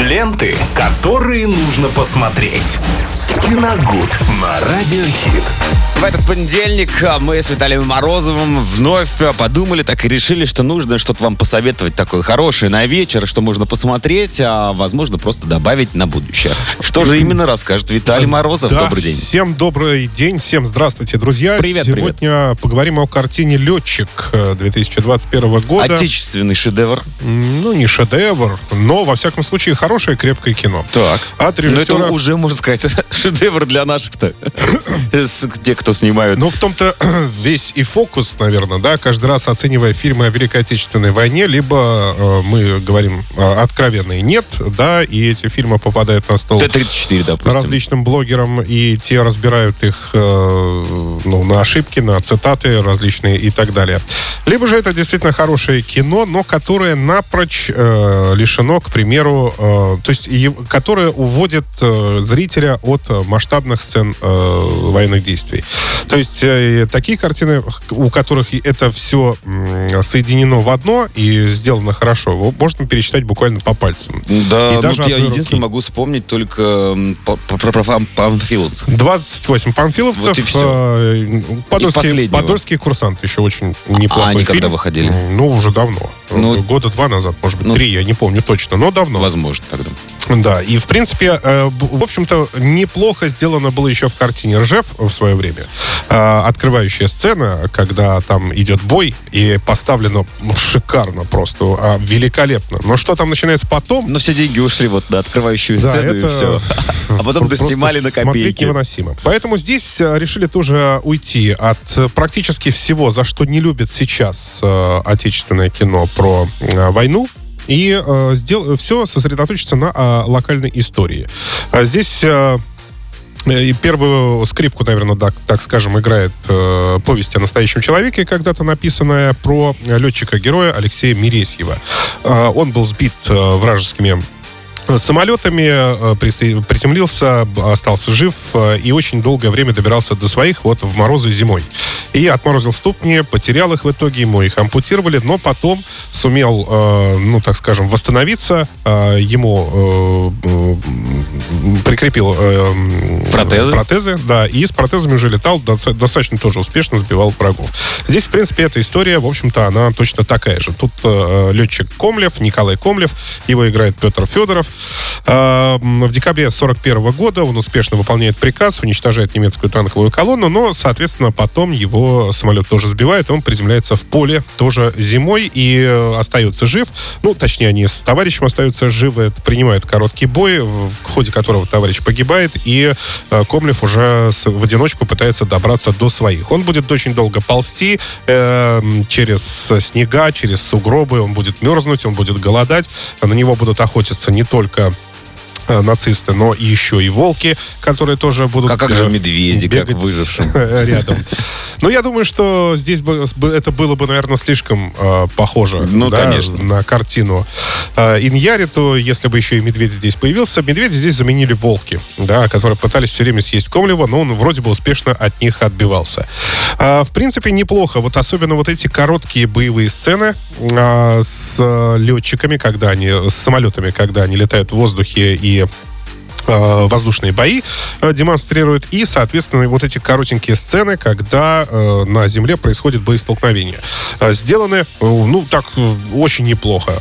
Ленты, которые нужно посмотреть. Киногуд на Радиохит. В этот понедельник мы с Виталием Морозовым вновь подумали так и решили, что нужно что-то вам посоветовать такое хорошее на вечер, что можно посмотреть, а возможно просто добавить на будущее. Что же именно расскажет Виталий Морозов? Да, добрый день. Всем добрый день, всем здравствуйте, друзья. Привет, Сегодня поговорим о картине «Летчик» 2021 года. Отечественный шедевр. Ну, не шедевр, но, во всяком случае, хорошее, крепкое кино. Так. От Но режиссера... это уже, можно сказать, шедевр для наших-то. Те, кто снимают. Ну, в том-то весь и фокус, наверное, да, каждый раз оценивая фильмы о Великой Отечественной войне, либо мы говорим откровенные нет, да, и эти фильмы попадают на стол Т-34, допустим. различным блогерам, и те разбирают их на ошибки, на цитаты различные и так далее. Либо же это действительно хорошее кино, но которое напрочь лишено, к примеру, то есть которое уводит зрителя от масштабных сцен военных действий. То есть такие картины, у которых это все соединено в одно и сделано хорошо, можно пересчитать буквально по пальцам. Да, и даже я единственное могу вспомнить только про панфиловцев. 28 панфиловцев. Вот и все. Подольский курсант еще очень неплохой они фильм. когда выходили? Ну, уже давно. Ну, года 2 назад, может быть, 3, я не помню точно, но давно. Возможно, тогда. Да, и в принципе, в общем-то, неплохо сделано было еще в картине «Ржев» в свое время. Открывающая сцена, когда там идет бой, и поставлено шикарно просто, великолепно. Но что там начинается потом... Но все деньги ушли вот на открывающую сцену, и все. А потом доснимали на копейки. Смотреть невыносимо. Поэтому здесь решили тоже уйти от практически всего, за что не любят сейчас отечественное кино про войну, и все сосредоточиться на локальной истории. Здесь первую скрипку, наверное, так скажем, играет повесть о настоящем человеке, когда-то написанная про летчика-героя Алексея Мересьева. Он был сбит вражескими самолетами, приземлился, остался жив и очень долгое время добирался до своих вот в морозы зимой. И отморозил ступни, потерял их в итоге, ему их ампутировали, но потом сумел, так скажем, восстановиться. Ему прикрепил протезы, да, и с протезами уже летал, достаточно тоже успешно сбивал врагов. Здесь, в принципе, эта история, в общем-то, она точно такая же. Тут летчик Комлев, Николай Комлев, его играет Петр Федоров. В декабре 1941 года он успешно выполняет приказ, уничтожает немецкую танковую колонну, но, соответственно, потом его самолет тоже сбивает, и он приземляется в поле тоже зимой и остается жив. Ну, точнее, они с товарищем остаются живы, принимают короткий бой, в ходе которого товарищ погибает, и Комлев уже в одиночку пытается добраться до своих. Он будет очень долго ползти через снега, через сугробы, он будет мерзнуть, он будет голодать, на него будут охотиться не только нацисты, но и еще и волки, которые тоже будут... А как же медведи, как выжившим? Рядом. Но я думаю, что здесь это было бы, наверное, слишком похоже конечно. На картину Иньярриту, если бы еще и медведь здесь появился. Медведи здесь заменили волки, да, которые пытались все время съесть Комлева, но он вроде бы успешно от них отбивался. В принципе, неплохо. Вот особенно вот эти короткие боевые сцены с летчиками, с самолетами, когда они летают в воздухе и воздушные бои демонстрируют, и, соответственно, вот эти коротенькие сцены, когда на земле происходит боестолкновение. Сделаны, очень неплохо.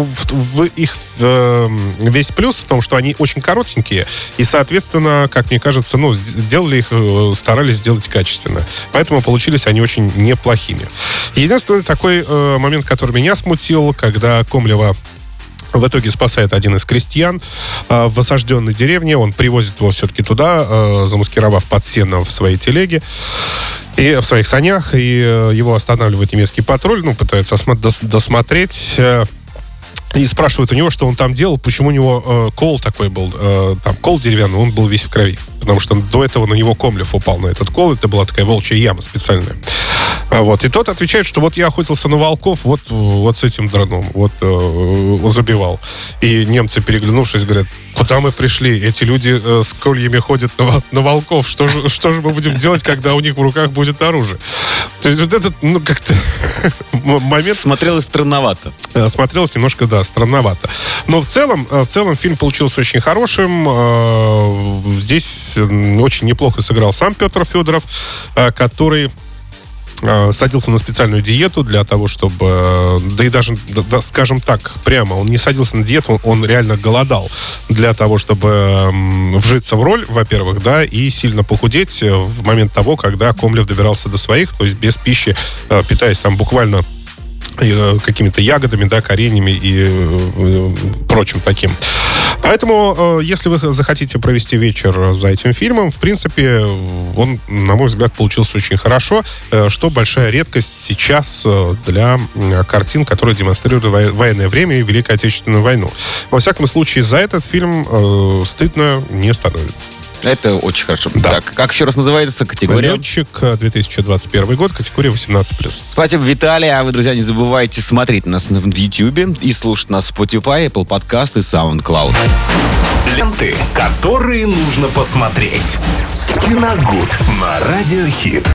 Весь плюс в том, что они очень коротенькие, и, соответственно, как мне кажется, старались сделать качественно. Поэтому получились они очень неплохими. Единственный такой момент, который меня смутил, когда Комлева в итоге спасает один из крестьян в осажденной деревне. Он привозит его все-таки туда, замаскировав под сено в своей телеге и в своих санях. И его останавливает немецкий патруль, пытается досмотреть. И спрашивают у него, что он там делал, почему у него кол такой был, кол деревянный, он был весь в крови. Потому что до этого на него Комлев упал, на этот кол. Это была такая волчья яма специальная. И тот отвечает, что вот я охотился на волков, вот с этим дроном, забивал. И немцы, переглянувшись, говорят: Куда мы пришли? Эти люди с кольями ходят на волков. Что же мы будем делать, когда у них в руках будет оружие? То есть вот этот, как-то момент... Смотрелось странновато. Смотрелось немножко, да, странновато. Но в целом фильм получился очень хорошим. Здесь очень неплохо сыграл сам Петр Федоров, который садился на специальную диету для того, чтобы... Да и даже, скажем так, прямо, он не садился на диету, он реально голодал для того, чтобы вжиться в роль, во-первых, да, и сильно похудеть в момент того, когда Комлев добирался до своих, то есть без пищи, питаясь там буквально какими-то ягодами, да, кореньями и прочим таким. Поэтому, если вы захотите провести вечер за этим фильмом, в принципе, он, на мой взгляд, получился очень хорошо, что большая редкость сейчас для картин, которые демонстрируют военное время и Великую Отечественную войну. Во всяком случае, за этот фильм стыдно не становится. Это очень хорошо. Да. Так, как еще раз называется категория? «Летчик», 2021 год, категория 18+. Спасибо, Виталий. А вы, друзья, не забывайте смотреть нас в YouTube и слушать нас в Spotify, Apple Podcast и SoundCloud. Ленты, которые нужно посмотреть. Киногуд на Радиохит.